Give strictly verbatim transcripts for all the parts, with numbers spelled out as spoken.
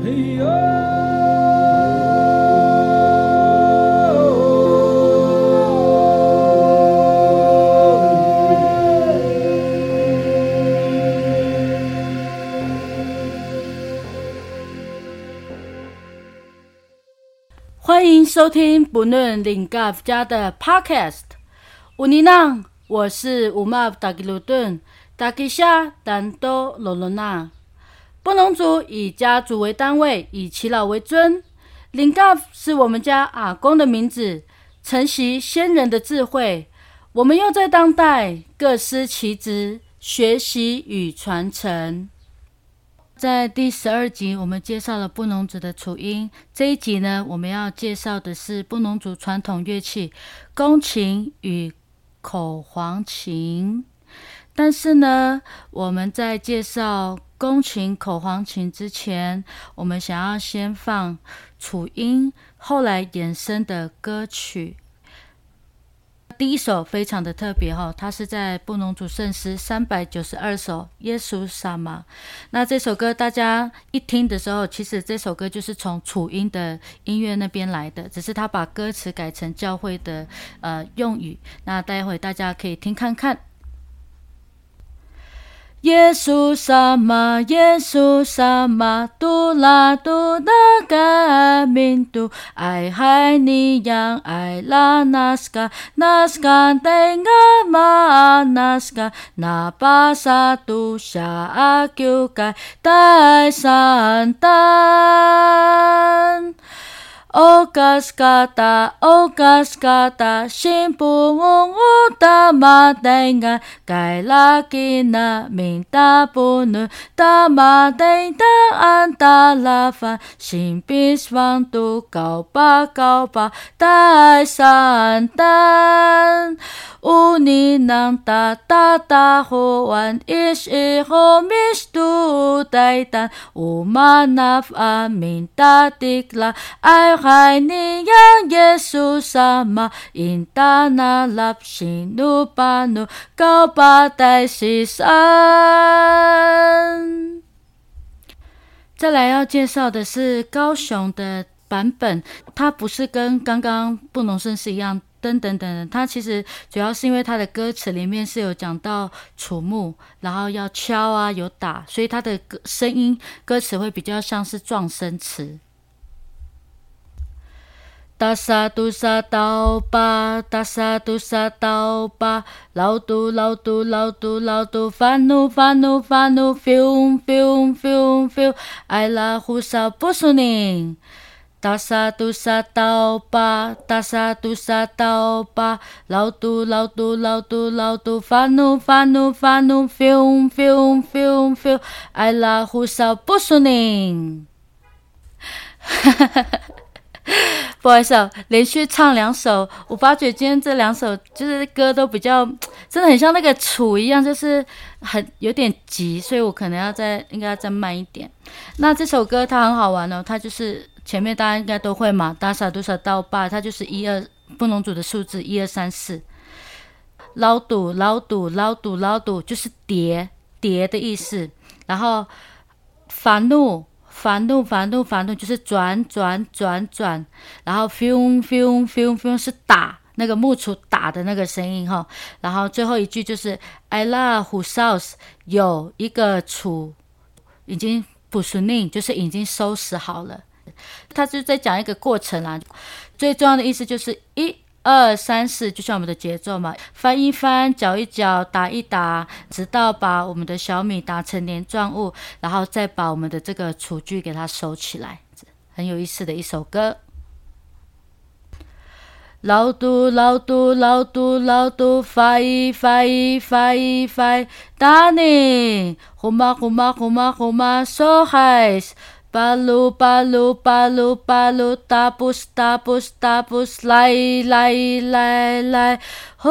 欢迎收听不论领嘎家的 Podcast。乌尼囊，我是乌玛达吉鲁顿，达吉夏丹多罗罗纳。布农族以家族为单位，以耆老为尊。领嘎是我们家阿公的名字，承袭先人的智慧。我们又在当代各司其职，学习与传承。在第十二集我们介绍了布农族的楚音，这一集呢我们要介绍的是布农族传统乐器宫琴与口簧琴。但是呢我们在介绍宫琴口簧琴之前，我们想要先放楚音后来衍生的歌曲。第一首非常的特别、哦、它是在布农族圣诗三百九十二首耶稣萨玛。那这首歌大家一听的时候，其实这首歌就是从楚音的音乐那边来的，只是他把歌词改成教会的呃用语。那待会大家可以听看看。耶稣萨玛，耶稣萨玛，杜拉杜那嘎民杜，爱海尼扬，爱拉纳斯卡，纳斯卡戴嘎玛纳斯卡，那巴萨杜夏阿九盖戴山丹。Ogas kata, ogas kata, simpung utama dengan kai laki na minta bunuh tama dengan antalavan simpis wantu kau pa kau pa tai santan uni nang ta ta ta hoan is i homis tu taitan umanaf aminta tikla ai海尼扬耶稣萨玛，因达那拉辛努巴努高巴代西山。再来要介绍的是高雄的版本，它不是跟刚刚布农圣诗一样等等等，它其实主要是因为它的歌词里面是有讲到楚木，然后要敲啊有打，所以它的声音歌词会比较像是撞声词。大沙杜沙刀疤，大沙杜沙刀疤，老杜老杜老杜老杜，烦怒烦怒烦怒 ，fiu fiu fiu fiu， 爱拉胡哨不输宁。大沙杜沙刀疤，大沙杜沙刀疤，老杜老杜老杜老杜，烦怒烦怒烦怒 ，fiu fiu fiu fiu， 爱拉胡哨不输宁。哈哈哈哈。不好意思、哦、连续唱两首，我发觉今天这两首就是歌都比较真的很像那个楚一样，就是很有点急，所以我可能要再应该要再慢一点。那这首歌它很好玩哦，它就是前面大家应该都会嘛，大萨多萨刀疤，它就是一二布农族的数字一二三四，老堵老堵老堵老堵就是叠叠的意思，然后烦怒烦怒烦怒烦怒就是转转转转，然后 fiu fiu fiu fiu 是打那个木杵打的那个声音哈，然后最后一句就是 I love house 有一个杵已经不顺利，就是已经收拾好了。他就在讲一个过程啦，最重要的意思就是一二三四，就像我们的节奏嘛，翻一翻，搅一搅，打一打，直到把我们的小米打成黏状物，然后再把我们的这个厨具给它收起来，很有意思的一首歌。老杜老杜老杜老杜，发一发一发一发，打你，呼嘛呼嘛呼嘛呼嘛，so high。巴鲁巴鲁巴鲁巴鲁，达布斯达布斯达布斯，来来来来，嘿，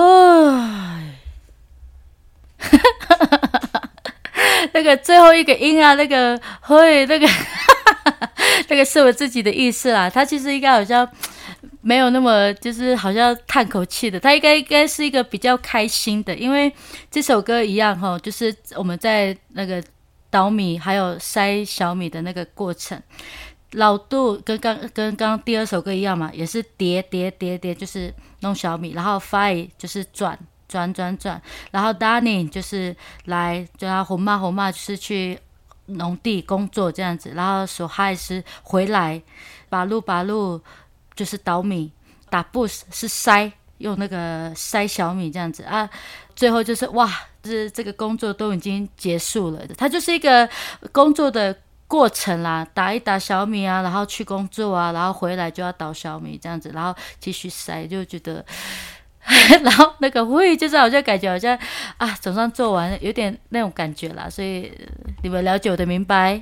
那个最后一个音啊，那个嘿，那个那个是我自己的意思啦。它其实应该好像没有那么就是好像叹口气的，它应该应该是一个比较开心的，因为这首歌一样齁，就是我们在那个捣米还有筛小米的那个过程。老杜跟刚跟刚刚第二首歌一样嘛，也是叠叠叠叠，就是弄小米，然后 Fai 就是转转转转，然后 Danny 就是来就他红妈红妈就是去农地工作这样子，然后手嗨是回来把路把路就是捣米，打 boost 是筛用那个筛小米这样子啊，最后就是哇，这这个工作都已经结束了，它就是一个工作的过程啦，打一打小米啊，然后去工作啊，然后回来就要倒小米这样子，然后继续筛，就觉得然后那个会就是好像感觉好像啊总算做完，有点那种感觉啦，所以你们了解我的明白。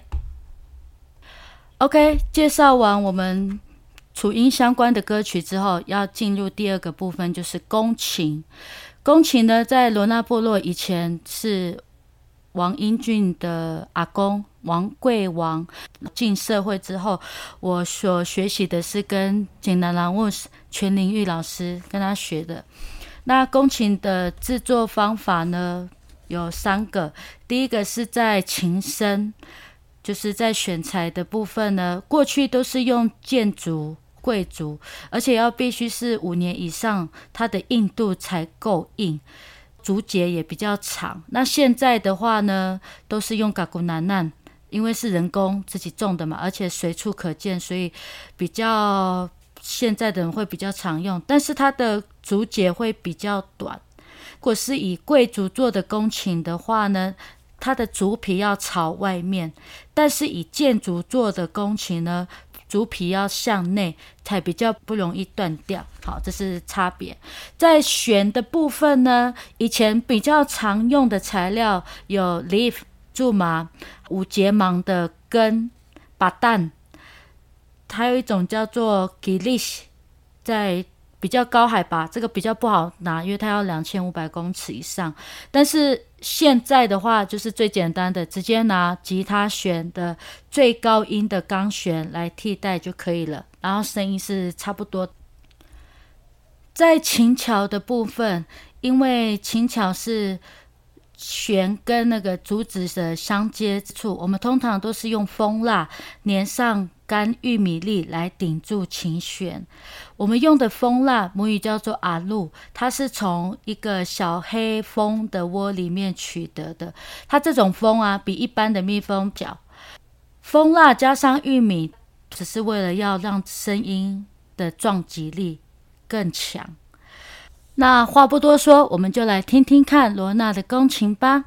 OK， 介绍完我们楚音相关的歌曲之后，要进入第二个部分，就是宫琴。宫琴呢，在罗纳部落以前是王英俊的阿公王贵王，进社会之后，我所学习的是跟景南郎务全林玉老师跟他学的。那宫琴的制作方法呢有三个，第一个是在琴身，就是在选材的部分呢，过去都是用建筑贵族，而且要必须是五年以上，它的硬度才够硬，竹节也比较长。那现在的话呢，都是用嘎古南南，因为是人工自己种的嘛，而且随处可见，所以比较现在的人会比较常用，但是它的竹节会比较短。如果是以贵族做的宫琴的话呢，它的竹皮要朝外面，但是以建筑做的宫琴呢，竹皮要向内，才比较不容易断掉。好，这是差别。在弦的部分呢，以前比较常用的材料有 leaf 苎麻、五节芒的根、把蛋，还有一种叫做 gilish， 在比较高海拔，这个比较不好拿，因为它要两千五百公尺以上。但是现在的话，就是最简单的，直接拿吉他弦的最高音的钢弦来替代就可以了，然后声音是差不多。在琴桥的部分，因为琴桥是弦跟那个竹子的相接之处，我们通常都是用蜂蜡粘上干玉米粒来顶住琴弦。我们用的蜂蜡母语叫做阿露，它是从一个小黑蜂的窝里面取得的。它这种蜂啊，比一般的蜜蜂小。蜂蜡加上玉米，只是为了要让声音的撞击力更强。那话不多说，我们就来听听看罗娜的宫琴吧。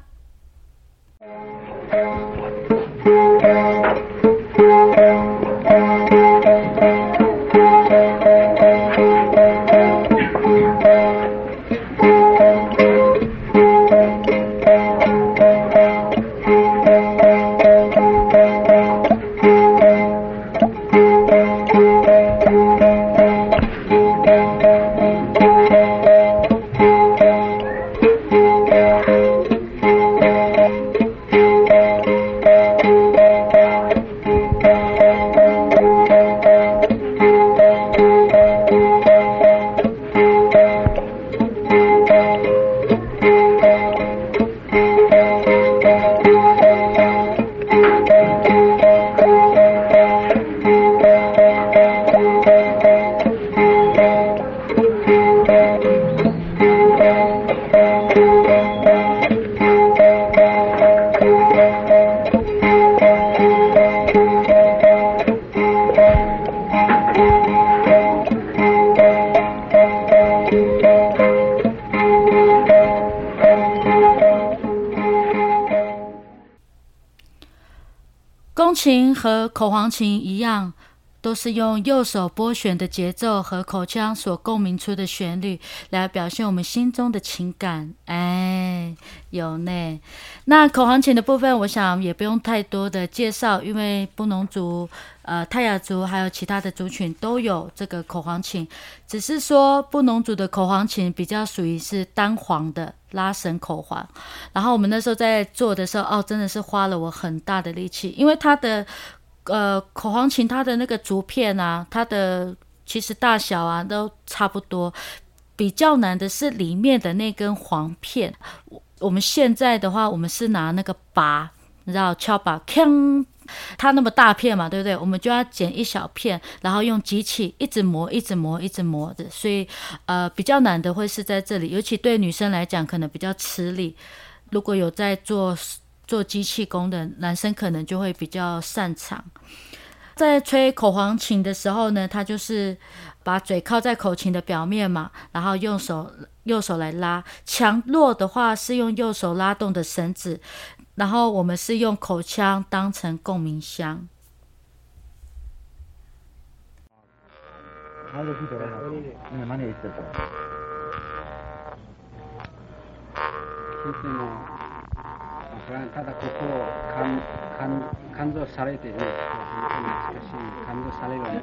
宫琴和口簧琴一样，都是用右手拨弦的节奏和口腔所共鸣出的旋律来表现我们心中的情感。哎，有呢。那口簧琴的部分，我想也不用太多的介绍，因为布农族、呃泰雅族还有其他的族群都有这个口簧琴，只是说布农族的口簧琴比较属于是单簧的拉绳口簧。然后我们那时候在做的时候，哦，真的是花了我很大的力气，因为它的呃口簧琴它的那个竹片啊，它的其实大小啊都差不多，比较难的是里面的那根簧片。我们现在的话，我们是拿那个拔你知道敲把锵，它那么大片嘛，对不对？我们就要剪一小片，然后用机器一直磨一直磨一直磨的，所以呃比较难的会是在这里，尤其对女生来讲可能比较吃力。如果有在做做机器工的男生可能就会比较擅长。在吹口簧琴的时候呢，他就是把嘴靠在口琴的表面嘛，然后用手右手来拉，强弱的话是用右手拉动的绳子，然后我们是用口腔当成共鸣箱。 ただここを感感感動されてね、本当に難しい感動されるね。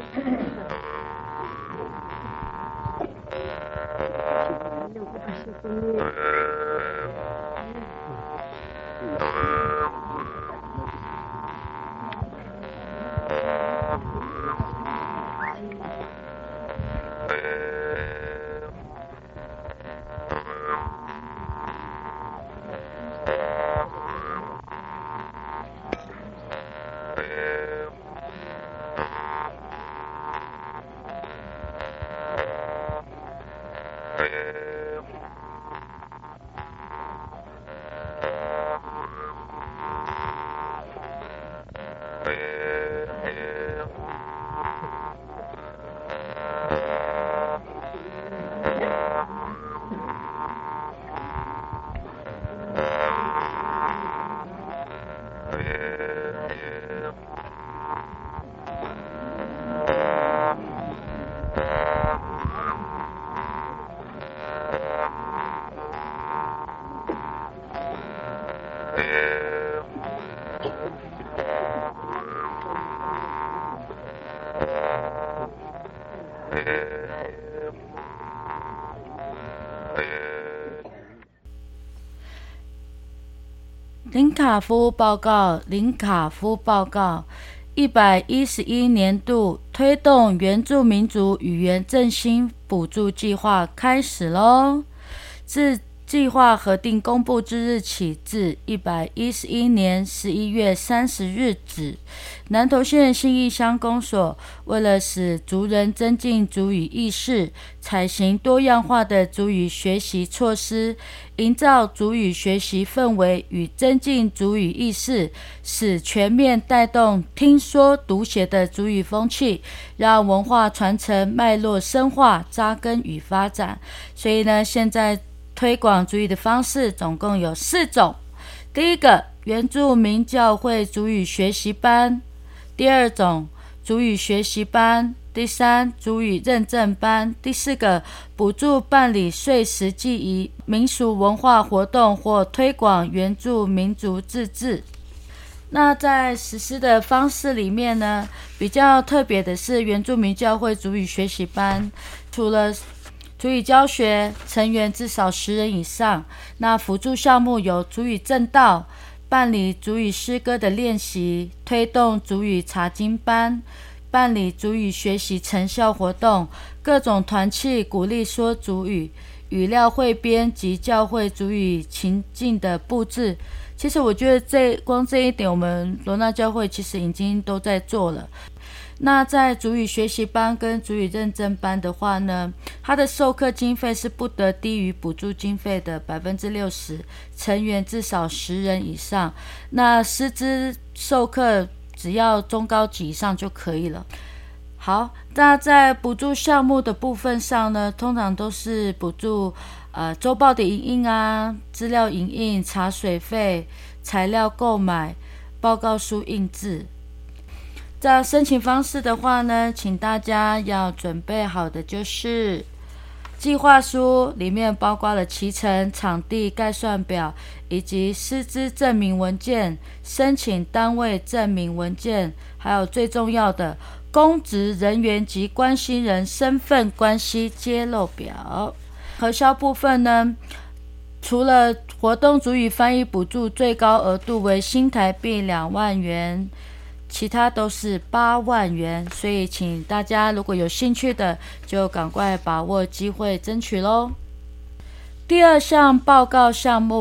林卡夫报告，林卡夫报告，一百一十一年度推动原住民族语言振兴补助计划开始咯。自计划核定公布之日起至一百一十一年十一月三十日止，南投县信义乡公所为了使族人增进族语意识，采行多样化的族语学习措施，营造族语学习氛围与增进族语意识，使全面带动听说读写的族语风气，让文化传承脉络深化扎根与发展。所以呢，现在推广族语的方式总共有四种。第一个，原住民教会族语学习班；第二种，族语学习班；第三，族语认证班；第四个，补助办理岁时祭仪、民俗文化活动或推广原住民族自治。那在实施的方式里面呢，比较特别的是原住民教会族语学习班，除了族语教学成员至少十人以上，那辅助项目有族语正道、办理族语诗歌的练习、推动族语查经班、办理族语学习成效活动、各种团契鼓励说族语、语料汇编及教会族语情境的布置。其实我觉得这光这一点，我们罗纳教会其实已经都在做了。那在族语学习班跟族语认证班的话呢，它的授课经费是不得低于补助经费的 百分之六十， 成员至少十人以上。那师资授课只要中高级以上就可以了。好，那在补助项目的部分上呢，通常都是补助呃周报的影印啊、资料影印、茶水费、材料购买、报告书印制。在申请方式的话呢，请大家要准备好的就是计划书，里面包括了期程、场地概算表以及师资证明文件、申请单位证明文件，还有最重要的公职人员及关系人身份关系揭露表。核销部分呢，除了活动族语翻译补助最高额度为新台币两万元，其他都是八万元，所以请大家如果有兴趣的，就赶快把握机会争取咯。第二项报告项目，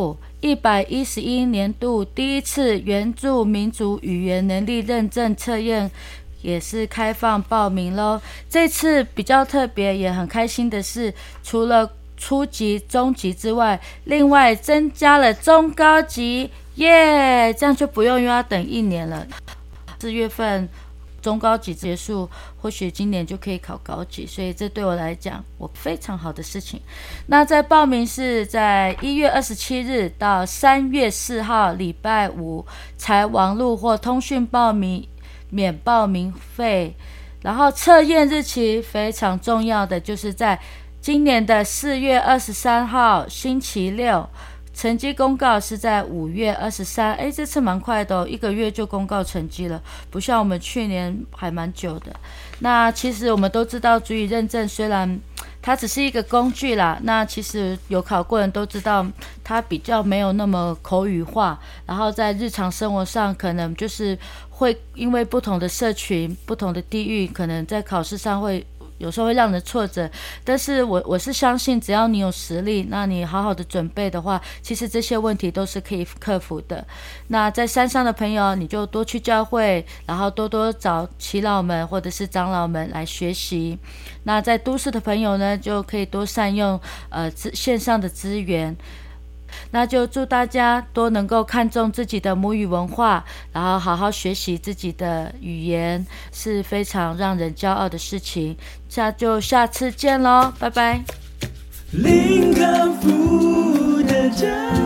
一百一十一年度第一次原住民族语言能力认证测验也是开放报名咯。这次比较特别也很开心的是，除了初级、中级之外，另外增加了中高级，耶！这样就不用又要等一年了。四月份中高级结束，或许今年就可以考高级，所以这对我来讲我非常好的事情。那在报名是在一月二十七日到三月四号礼拜五才网路或通讯报名，免报名费。然后测验日期非常重要的就是在今年的四月二十三号星期六，成绩公告是在五月二十三，哎，这次蛮快的哦，一个月就公告成绩了，不像我们去年还蛮久的。那其实我们都知道，族语认证虽然它只是一个工具啦，那其实有考过人都知道，它比较没有那么口语化，然后在日常生活上可能就是会因为不同的社群、不同的地域，可能在考试上会有时候会让人挫折，但是我我是相信只要你有实力，那你好好的准备的话，其实这些问题都是可以克服的。那在山上的朋友，你就多去教会，然后多多找耆老们或者是长老们来学习。那在都市的朋友呢，就可以多善用呃线上的资源。那就祝大家都能够看重自己的母语文化，然后好好学习自己的语言，是非常让人骄傲的事情。那就下次见咯，拜拜。林肯福的家